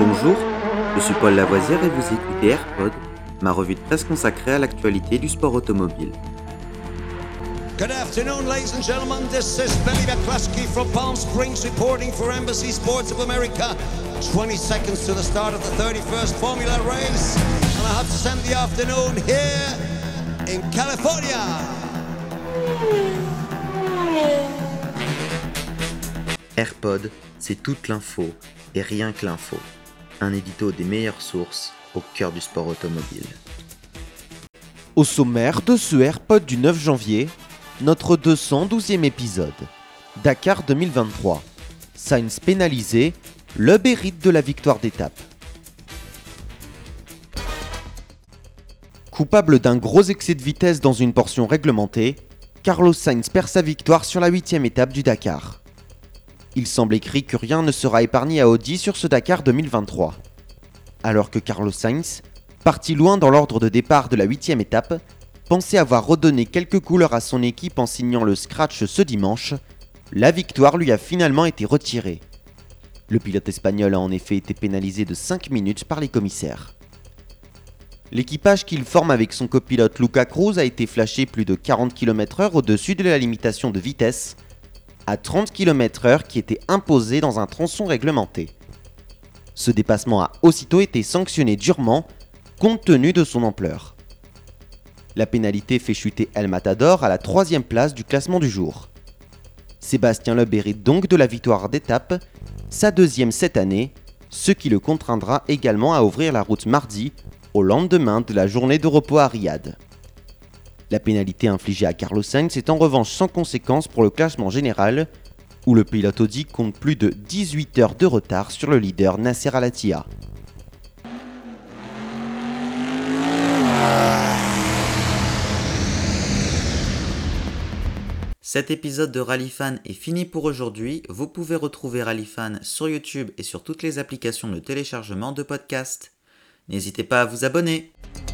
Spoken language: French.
Bonjour, je suis Paul Lavoisière et vous écoutez AirPod, ma revue de presse consacrée à l'actualité du sport automobile. Good afternoon, ladies and gentlemen. This is Billy McCluskey from Palm Springs reporting for Embassy Sports of America. 20 seconds to the start of the 31st Formula race. And I have to spend the afternoon here in California. AirPod, c'est toute l'info et rien que l'info. Un édito des meilleures sources au cœur du sport automobile. Au sommaire de ce AirPod du 9 janvier, notre 212e épisode. Dakar 2023. Sainz pénalisé, Loeb hérite de la victoire d'étape. Coupable d'un gros excès de vitesse dans une portion réglementée, Carlos Sainz perd sa victoire sur la 8e étape du Dakar. Il semble écrit que rien ne sera épargné à Audi sur ce Dakar 2023. Alors que Carlos Sainz, parti loin dans l'ordre de départ de la 8e étape, pensait avoir redonné quelques couleurs à son équipe en signant le scratch ce dimanche, la victoire lui a finalement été retirée. Le pilote espagnol a en effet été pénalisé de 5 minutes par les commissaires. L'équipage qu'il forme avec son copilote Luca Cruz a été flashé plus de 40 km/h au-dessus de la limitation de vitesse, à 30 km/h qui était imposée dans un tronçon réglementé. Ce dépassement a aussitôt été sanctionné durement, compte tenu de son ampleur. La pénalité fait chuter El Matador à la 3e place du classement du jour. Sébastien Loeb hérite donc de la victoire d'étape, sa 2e cette année, ce qui le contraindra également à ouvrir la route mardi, au lendemain de la journée de repos à Riyad. La pénalité infligée à Carlos Sainz est en revanche sans conséquence pour le classement général, où le pilote Audi compte plus de 18 heures de retard sur le leader Nasser Al-Attiyah. Cet épisode de Rallyfan est fini pour aujourd'hui. Vous pouvez retrouver Rallyfan sur YouTube et sur toutes les applications de téléchargement de podcasts. N'hésitez pas à vous abonner.